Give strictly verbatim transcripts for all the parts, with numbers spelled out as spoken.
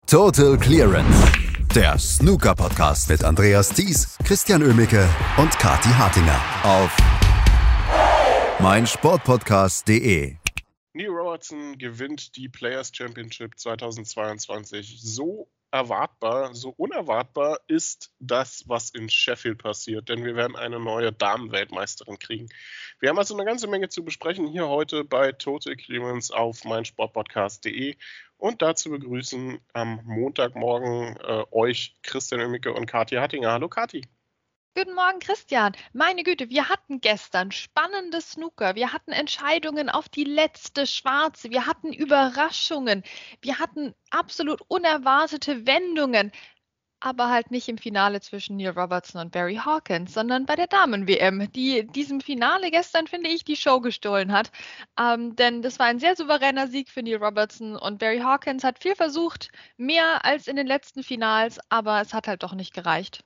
Total Clearance, der Snooker-Podcast mit Andreas Thies, Christian Oemicke und Kathi Hartinger auf meinsportpodcast punkt de. Neil Robertson gewinnt die Players Championship zweitausendzweiundzwanzig. So erwartbar, so unerwartbar ist das, was in Sheffield passiert, denn wir werden eine neue Damenweltmeisterin kriegen. Wir haben also eine ganze Menge zu besprechen hier heute bei Total Clearance auf meinsportpodcast punkt de und dazu begrüßen am Montagmorgen äh, euch Christian Oemicke und Kathi Hartinger. Hallo Kathi. Guten Morgen, Christian. Meine Güte, wir hatten gestern spannendes Snooker. Wir hatten Entscheidungen auf die letzte Schwarze. Wir hatten Überraschungen. Wir hatten absolut unerwartete Wendungen. Aber halt nicht im Finale zwischen Neil Robertson und Barry Hawkins, sondern bei der Damen-W M, die diesem Finale gestern, finde ich, die Show gestohlen hat. Ähm, denn das war ein sehr souveräner Sieg für Neil Robertson und Barry Hawkins hat viel versucht, mehr als in den letzten Finals, aber es hat halt doch nicht gereicht.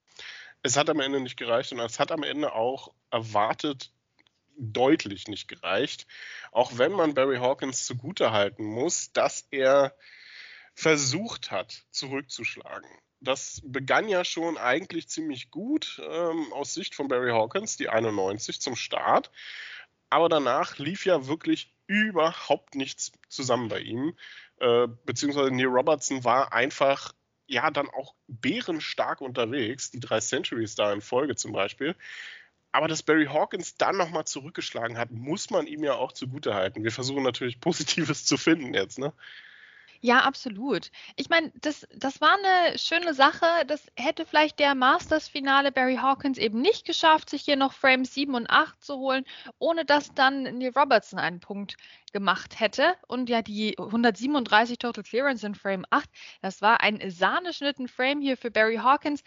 Es hat am Ende nicht gereicht und es hat am Ende auch erwartet deutlich nicht gereicht. Auch wenn man Barry Hawkins zugutehalten muss, dass er versucht hat, zurückzuschlagen. Das begann ja schon eigentlich ziemlich gut ähm, aus Sicht von Barry Hawkins, die einundneunzig zum Start. Aber danach lief ja wirklich überhaupt nichts zusammen bei ihm. Äh, beziehungsweise Neil Robertson war einfach ja dann auch bärenstark unterwegs, die drei Centuries da in Folge zum Beispiel. Aber dass Barry Hawkins dann nochmal zurückgeschlagen hat, muss man ihm ja auch zugutehalten. Wir versuchen natürlich Positives zu finden jetzt, ne? Ja, absolut. Ich meine, das, das war eine schöne Sache. Das hätte vielleicht der Masters-Finale Barry Hawkins eben nicht geschafft, sich hier noch Frames sieben und acht zu holen, ohne dass dann Neil Robertson einen Punkt gemacht hätte. Und ja, die hundertsiebenunddreißig Total Clearance in Frame acht, das war ein Sahneschnitten-Frame hier für Barry Hawkins.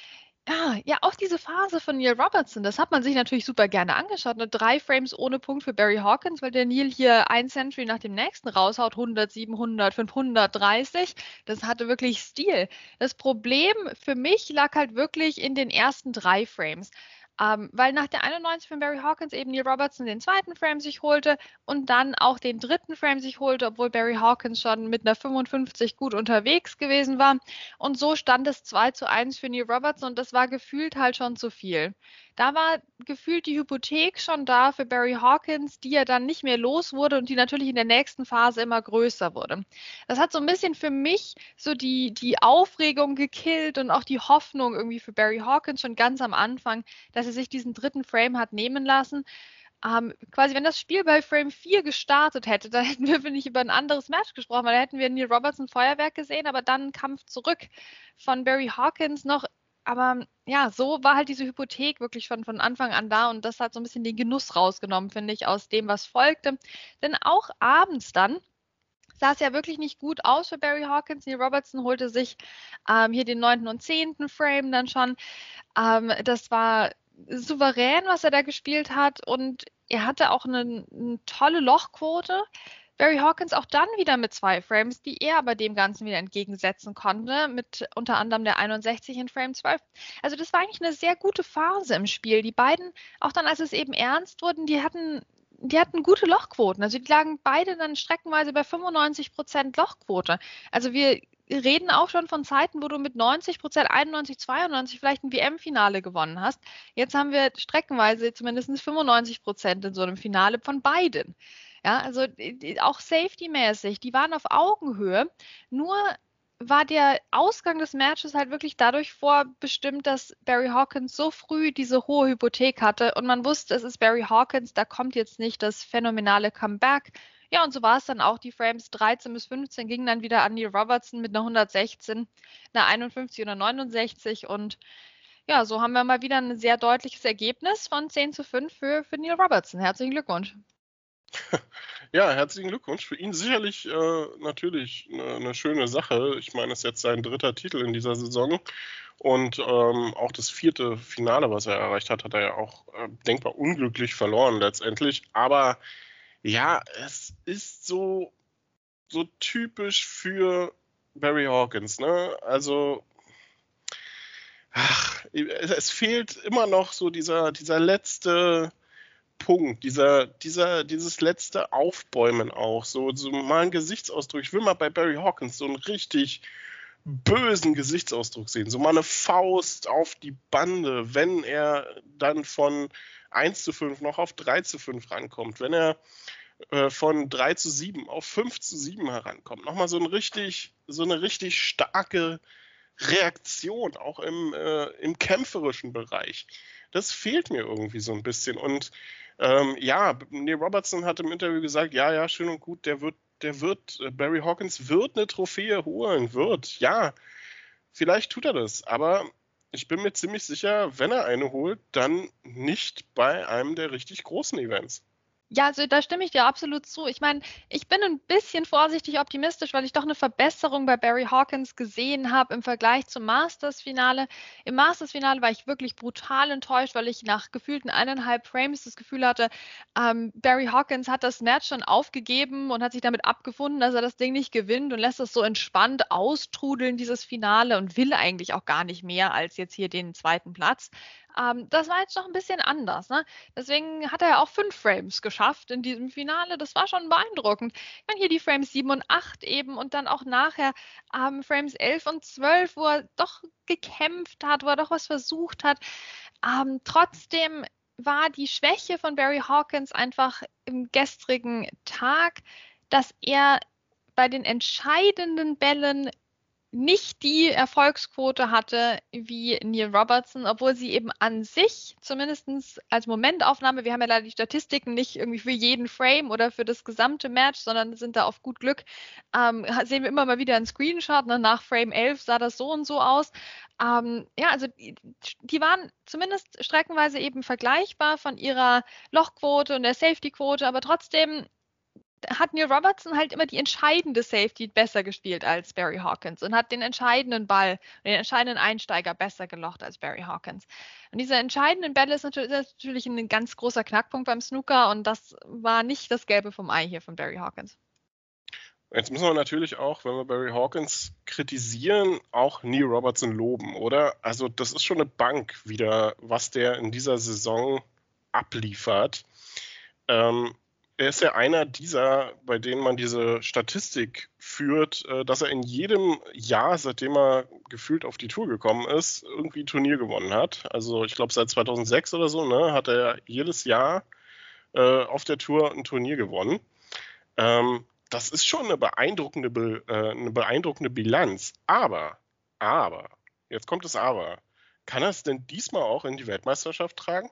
Ja, ja, auch diese Phase von Neil Robertson, das hat man sich natürlich super gerne angeschaut. Ne? Drei Frames ohne Punkt für Barry Hawkins, weil der Neil hier ein Century nach dem nächsten raushaut, hundert, siebenhundert, fünfhundertdreißig. Das hatte wirklich Stil. Das Problem für mich lag halt wirklich in den ersten drei Frames. Ähm, weil nach der einundneunzig von Barry Hawkins eben Neil Robertson den zweiten Frame sich holte und dann auch den dritten Frame sich holte, obwohl Barry Hawkins schon mit einer fünfundfünfzig gut unterwegs gewesen war. Und so stand es zwei zu eins für Neil Robertson und das war gefühlt halt schon zu viel. Da war gefühlt die Hypothek schon da für Barry Hawkins, die er dann nicht mehr los wurde und die natürlich in der nächsten Phase immer größer wurde. Das hat so ein bisschen für mich so die, die Aufregung gekillt und auch die Hoffnung irgendwie für Barry Hawkins schon ganz am Anfang, dass er sich diesen dritten Frame hat nehmen lassen. Ähm, quasi, wenn das Spiel bei Frame vier gestartet hätte, dann hätten wir, finde ich, über ein anderes Match gesprochen, weil da hätten wir Neil Robertson Feuerwerk gesehen, aber dann ein Kampf zurück von Barry Hawkins noch. Aber ja, so war halt diese Hypothek wirklich schon von Anfang an da und das hat so ein bisschen den Genuss rausgenommen, finde ich, aus dem, was folgte. Denn auch abends dann sah es ja wirklich nicht gut aus für Barry Hawkins. Neil Robertson holte sich ähm, hier den neunten und zehnten Frame dann schon. Ähm, das war souverän, was er da gespielt hat und er hatte auch eine, eine tolle Lochquote. Barry Hawkins auch dann wieder mit zwei Frames, die er aber dem Ganzen wieder entgegensetzen konnte, mit unter anderem der einundsechzig in Frame zwölf. Also das war eigentlich eine sehr gute Phase im Spiel. Die beiden, auch dann als es eben ernst wurden, die hatten, die hatten gute Lochquoten. Also die lagen beide dann streckenweise bei fünfundneunzig Prozent Lochquote. Also wir reden auch schon von Zeiten, wo du mit neunzig Prozent, einundneunzig, zweiundneunzig vielleicht ein W M-Finale gewonnen hast. Jetzt haben wir streckenweise zumindest fünfundneunzig Prozent in so einem Finale von beiden. Ja, also auch safety-mäßig, die waren auf Augenhöhe. Nur war der Ausgang des Matches halt wirklich dadurch vorbestimmt, dass Barry Hawkins so früh diese hohe Hypothek hatte und man wusste, es ist Barry Hawkins, da kommt jetzt nicht das phänomenale Comeback. Ja, und so war es dann auch. Die Frames dreizehn bis fünfzehn gingen dann wieder an Neil Robertson mit einer hundertsechzehn, einer einundfünfzig oder neunundsechzig und ja, so haben wir mal wieder ein sehr deutliches Ergebnis von zehn zu fünf für, für Neil Robertson. Herzlichen Glückwunsch. Ja, herzlichen Glückwunsch. Für ihn sicherlich äh, natürlich eine, eine schöne Sache. Ich meine, es ist jetzt sein dritter Titel in dieser Saison und ähm, auch das vierte Finale, was er erreicht hat, hat er ja auch äh, denkbar unglücklich verloren letztendlich. Aber ja, es ist so, so typisch für Barry Hawkins, ne? Also, ach, es fehlt immer noch so dieser, dieser letzte Punkt, dieser, dieser, dieses letzte Aufbäumen auch, so, so mal ein Gesichtsausdruck. Ich will mal bei Barry Hawkins so einen richtig bösen Gesichtsausdruck sehen. So mal eine Faust auf die Bande, wenn er dann von eins zu fünf noch auf drei zu fünf rankommt, wenn er äh, von drei zu sieben auf fünf zu sieben herankommt. Nochmal so ein richtig, so eine richtig starke Reaktion, auch im, äh, im kämpferischen Bereich. Das fehlt mir irgendwie so ein bisschen. Und ähm, ja, Neil Robertson hat im Interview gesagt, ja, ja, schön und gut, der wird, der wird, äh, Barry Hawkins wird eine Trophäe holen, wird, ja, vielleicht tut er das, aber ich bin mir ziemlich sicher, wenn er eine holt, dann nicht bei einem der richtig großen Events. Ja, also da stimme ich dir absolut zu. Ich meine, ich bin ein bisschen vorsichtig optimistisch, weil ich doch eine Verbesserung bei Barry Hawkins gesehen habe im Vergleich zum Masters-Finale. Im Masters-Finale war ich wirklich brutal enttäuscht, weil ich nach gefühlten eineinhalb Frames das Gefühl hatte, ähm, Barry Hawkins hat das Match schon aufgegeben und hat sich damit abgefunden, dass er das Ding nicht gewinnt und lässt es so entspannt austrudeln, dieses Finale, und will eigentlich auch gar nicht mehr als jetzt hier den zweiten Platz. Ähm, das war jetzt noch ein bisschen anders, ne? Deswegen hat er ja auch fünf Frames geschafft in diesem Finale. Das war schon beeindruckend. Ich meine, hier die Frames sieben und acht eben und dann auch nachher ähm, Frames elf und zwölf, wo er doch gekämpft hat, wo er doch was versucht hat. Ähm, trotzdem war die Schwäche von Barry Hawkins einfach im gestrigen Tag, dass er bei den entscheidenden Bällen nicht die Erfolgsquote hatte wie Neil Robertson, obwohl sie eben an sich, zumindest als Momentaufnahme, wir haben ja leider die Statistiken nicht irgendwie für jeden Frame oder für das gesamte Match, sondern sind da auf gut Glück, ähm, sehen wir immer mal wieder einen Screenshot, ne? Nach Frame elf sah das so und so aus. Ähm, ja, also die, die waren zumindest streckenweise eben vergleichbar von ihrer Lochquote und der Safety-Quote, aber trotzdem hat Neil Robertson halt immer die entscheidende Safety besser gespielt als Barry Hawkins und hat den entscheidenden Ball, den entscheidenden Einsteiger besser gelocht als Barry Hawkins. Und diese entscheidenden Bälle ist natürlich, ist natürlich ein ganz großer Knackpunkt beim Snooker und das war nicht das Gelbe vom Ei hier von Barry Hawkins. Jetzt müssen wir natürlich auch, wenn wir Barry Hawkins kritisieren, auch Neil Robertson loben, oder? Also das ist schon eine Bank wieder, was der in dieser Saison abliefert. Ähm, Er ist ja einer dieser, bei denen man diese Statistik führt, dass er in jedem Jahr, seitdem er gefühlt auf die Tour gekommen ist, irgendwie ein Turnier gewonnen hat. Also ich glaube seit zweitausendsechs oder so, ne, hat er jedes Jahr äh, auf der Tour ein Turnier gewonnen. Ähm, das ist schon eine beeindruckende, äh, eine beeindruckende Bilanz. Aber, aber, jetzt kommt das Aber. Kann er es denn diesmal auch in die Weltmeisterschaft tragen?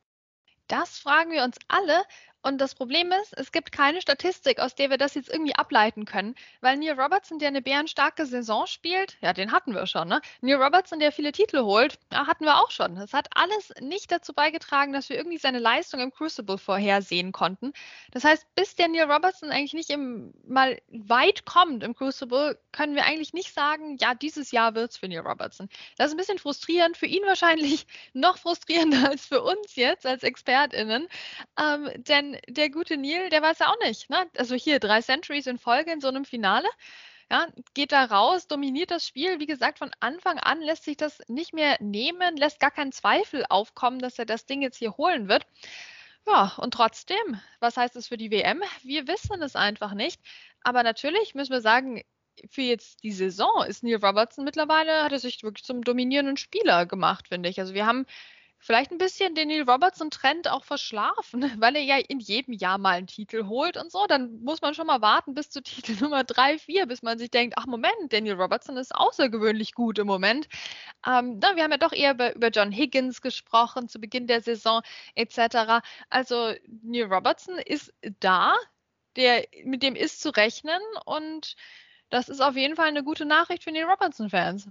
Das fragen wir uns alle. Und das Problem ist, es gibt keine Statistik, aus der wir das jetzt irgendwie ableiten können, weil Neil Robertson, der eine bärenstarke Saison spielt, ja, den hatten wir schon, ne? Neil Robertson, der viele Titel holt, ja, hatten wir auch schon. Das hat alles nicht dazu beigetragen, dass wir irgendwie seine Leistung im Crucible vorhersehen konnten. Das heißt, bis der Neil Robertson eigentlich nicht im, mal weit kommt im Crucible, können wir eigentlich nicht sagen, ja, dieses Jahr wird's für Neil Robertson. Das ist ein bisschen frustrierend, für ihn wahrscheinlich noch frustrierender als für uns jetzt als ExpertInnen, ähm, denn der gute Neil, der weiß ja auch nicht, ne? Also hier drei Centuries in Folge in so einem Finale. Ja, geht da raus, dominiert das Spiel. Wie gesagt, von Anfang an lässt sich das nicht mehr nehmen, lässt gar keinen Zweifel aufkommen, dass er das Ding jetzt hier holen wird. Ja, und trotzdem, was heißt es für die W M? Wir wissen es einfach nicht. Aber natürlich müssen wir sagen, für jetzt die Saison ist Neil Robertson mittlerweile, hat er sich wirklich zum dominierenden Spieler gemacht, finde ich. Also wir haben vielleicht ein bisschen den Neil Robertson-Trend auch verschlafen, weil er ja in jedem Jahr mal einen Titel holt und so. Dann muss man schon mal warten bis zu Titel Nummer drei, vier, bis man sich denkt, ach Moment, der Neil Robertson ist außergewöhnlich gut im Moment. Ähm, na, wir haben ja doch eher über, über John Higgins gesprochen zu Beginn der Saison et cetera. Also Neil Robertson ist da, der, mit dem ist zu rechnen und das ist auf jeden Fall eine gute Nachricht für Neil Robertson-Fans.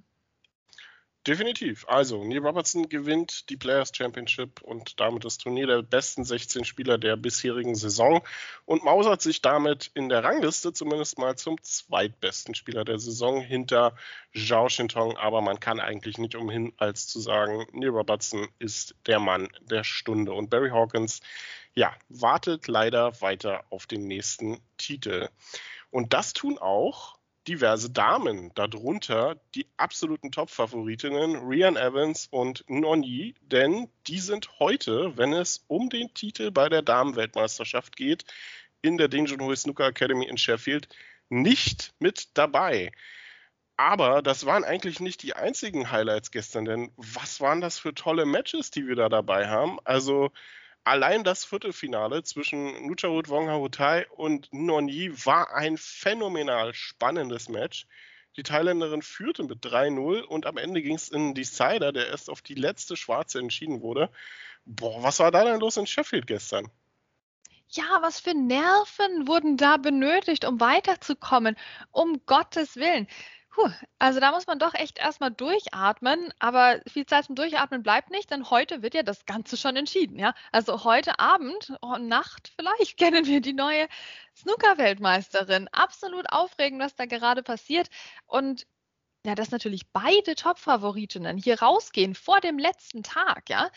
Definitiv. Also, Neil Robertson gewinnt die Players Championship und damit das Turnier der besten sechzehn Spieler der bisherigen Saison und mausert sich damit in der Rangliste zumindest mal zum zweitbesten Spieler der Saison hinter Zhao Shintong. Aber man kann eigentlich nicht umhin, als zu sagen, Neil Robertson ist der Mann der Stunde. Und Barry Hawkins, ja, wartet leider weiter auf den nächsten Titel. Und das tun auch diverse Damen, darunter die absoluten Top-Favoritinnen Rhian Evans und Nonyi, denn die sind heute, wenn es um den Titel bei der Damenweltmeisterschaft geht, in der Ding Junhui Snooker Academy in Sheffield nicht mit dabei. Aber das waren eigentlich nicht die einzigen Highlights gestern, denn was waren das für tolle Matches, die wir da dabei haben? Also allein das Viertelfinale zwischen Nucharut Wongharutai und Nonyi war ein phänomenal spannendes Match. Die Thailänderin führte mit drei null und am Ende ging es in einen Decider, der erst auf die letzte Schwarze entschieden wurde. Boah, was war da denn los in Sheffield gestern? Ja, was für Nerven wurden da benötigt, um weiterzukommen? Um Gottes Willen. Puh, also da muss man doch echt erstmal durchatmen, aber viel Zeit zum Durchatmen bleibt nicht, denn heute wird ja das Ganze schon entschieden, ja. Also heute Abend, oh, Nacht vielleicht, kennen wir die neue Snooker-Weltmeisterin. Absolut aufregend, was da gerade passiert. Und ja, dass natürlich beide Top-Favoritinnen hier rausgehen vor dem letzten Tag, ja,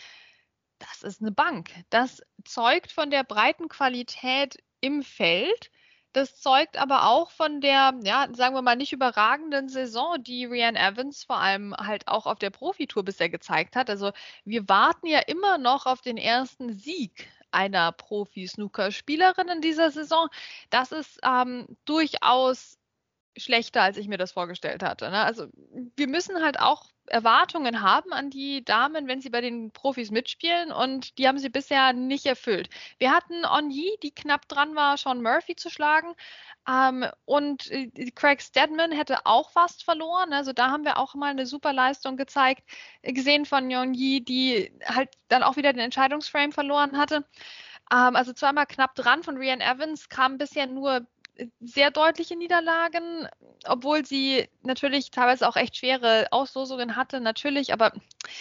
das ist eine Bank. Das zeugt von der breiten Qualität im Feld. Das zeugt aber auch von der, ja, sagen wir mal, nicht überragenden Saison, die Rhian Evans vor allem halt auch auf der Profitour bisher gezeigt hat. Also wir warten ja immer noch auf den ersten Sieg einer Profi-Snooker-Spielerin in dieser Saison. Das ist ähm, durchaus schlechter, als ich mir das vorgestellt hatte. Ne? Also wir müssen halt auch Erwartungen haben an die Damen, wenn sie bei den Profis mitspielen, und die haben sie bisher nicht erfüllt. Wir hatten Nonyi, die knapp dran war, Shaun Murphy zu schlagen, ähm, und äh, Craig Steadman hätte auch fast verloren. Also da haben wir auch mal eine super Leistung gezeigt, äh, gesehen von Nonyi, die halt dann auch wieder den Entscheidungsframe verloren hatte. Ähm, also zweimal knapp dran von Rhian Evans, kam bisher nur sehr deutliche Niederlagen, obwohl sie natürlich teilweise auch echt schwere Auslosungen hatte, natürlich, aber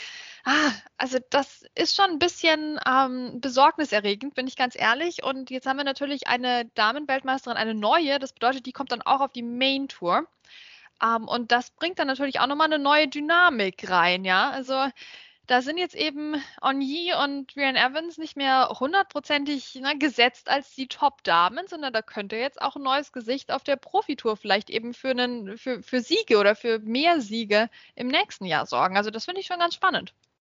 ah, also das ist schon ein bisschen ähm, besorgniserregend, bin ich ganz ehrlich. Und jetzt haben wir natürlich eine Damenweltmeisterin, eine neue, das bedeutet, die kommt dann auch auf die Main Tour. Ähm, und das bringt dann natürlich auch nochmal eine neue Dynamik rein, ja, also da sind jetzt eben Nonyi und Rhian Evans nicht mehr hundertprozentig ne, gesetzt als die Top-Damen, sondern da könnte jetzt auch ein neues Gesicht auf der Profitour vielleicht eben für, einen, für, für Siege oder für mehr Siege im nächsten Jahr sorgen. Also das finde ich schon ganz spannend.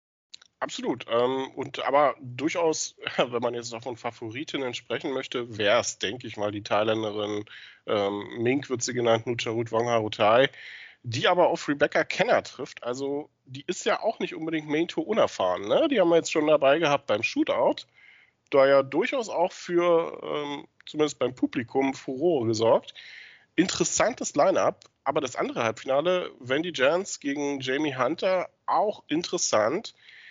Absolut. Ähm, und aber durchaus, wenn man jetzt noch von Favoritinnen sprechen möchte, wäre es, denke ich mal, die Thailänderin ähm, Mink wird sie genannt, Nucharut Wongharutai, die aber auf Rebecca Kenner trifft. Also die ist ja auch nicht unbedingt Main Tour unerfahren. Ne? Die haben wir jetzt schon dabei gehabt beim Shootout. Da ja durchaus auch für, ähm, zumindest beim Publikum, Furore gesorgt. Interessantes Line-Up, aber das andere Halbfinale, Wendy Jans gegen Jamie Hunter, auch interessant,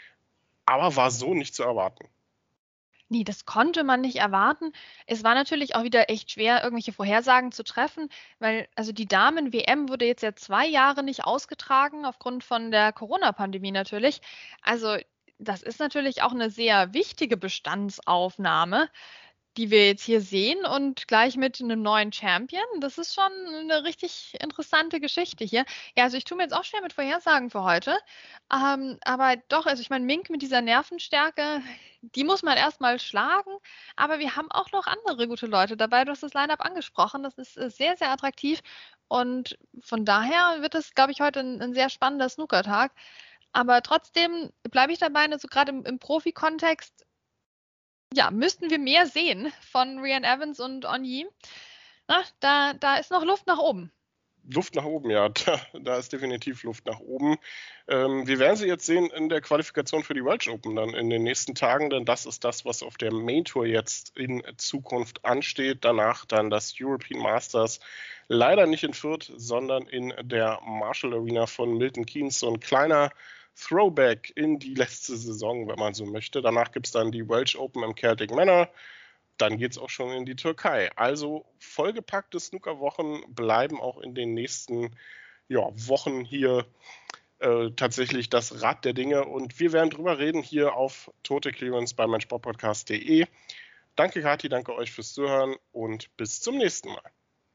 aber war so nicht zu erwarten. Nee, das konnte man nicht erwarten. Es war natürlich auch wieder echt schwer, irgendwelche Vorhersagen zu treffen, weil also die Damen-W M wurde jetzt ja zwei Jahre nicht ausgetragen, aufgrund von der Corona-Pandemie natürlich. Also das ist natürlich auch eine sehr wichtige Bestandsaufnahme, die wir jetzt hier sehen, und gleich mit einem neuen Champion. Das ist schon eine richtig interessante Geschichte hier. Ja, also ich tue mir jetzt auch schwer mit Vorhersagen für heute. Ähm, aber doch, also ich meine, Mink mit dieser Nervenstärke, die muss man erstmal schlagen. Aber wir haben auch noch andere gute Leute dabei. Du hast das Line-Up angesprochen. Das ist äh, sehr, sehr attraktiv. Und von daher wird es, glaube ich, heute ein, ein sehr spannender Snookertag. Aber trotzdem bleibe ich dabei, also gerade im, im Profi-Kontext, ja, müssten wir mehr sehen von Rhian Evans und Nonyi. Na, da, da ist noch Luft nach oben. Luft nach oben, ja, da, da ist definitiv Luft nach oben. Ähm, wir werden sie jetzt sehen in der Qualifikation für die Welsh Open dann in den nächsten Tagen, denn das ist das, was auf der Main Tour jetzt in Zukunft ansteht. Danach dann das European Masters, leider nicht in Fürth, sondern in der Marshall Arena von Milton Keynes, so ein kleiner Throwback in die letzte Saison, wenn man so möchte. Danach gibt es dann die Welsh Open im Celtic Manor. Dann geht es auch schon in die Türkei. Also vollgepackte Snookerwochen bleiben auch in den nächsten ja, Wochen hier äh, tatsächlich das Rad der Dinge. Und wir werden drüber reden hier auf Total Clearance bei meinsportpodcast punkt de. Danke Kathi, danke euch fürs Zuhören und bis zum nächsten Mal.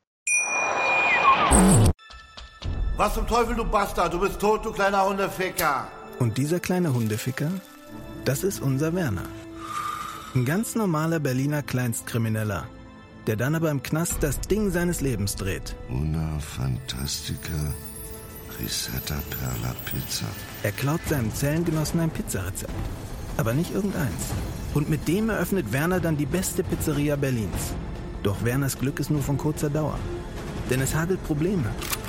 Was zum Teufel, du Bastard? Du bist tot, du kleiner Hundeficker. Und dieser kleine Hundeficker, das ist unser Werner. Ein ganz normaler Berliner Kleinstkrimineller. der dann aber im Knast das Ding seines Lebens dreht. Una Fantastica Risetta Perla Pizza. Er klaut seinem Zellengenossen ein Pizzarezept. Aber nicht irgendeins. Und mit dem eröffnet Werner dann die beste Pizzeria Berlins. Doch Werners Glück ist nur von kurzer Dauer. Denn es hagelt Probleme.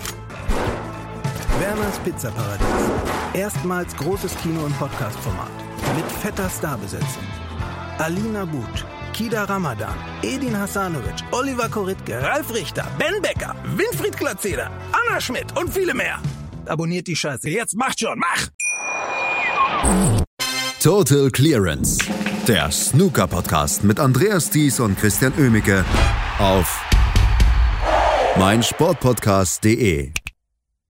Werners Pizzaparadies. Erstmals großes Kino- und Podcast-Format. Mit fetter Starbesetzung. Alina But, Kida Ramadan, Edin Hasanovic, Oliver Koritke, Ralf Richter, Ben Becker, Winfried Glatzeder, Anna Schmidt und viele mehr. Abonniert die Scheiße. Jetzt macht schon, mach! Total Clearance. Der Snooker-Podcast mit Andreas Thies und Christian Oemicke auf meinsportpodcast punkt de.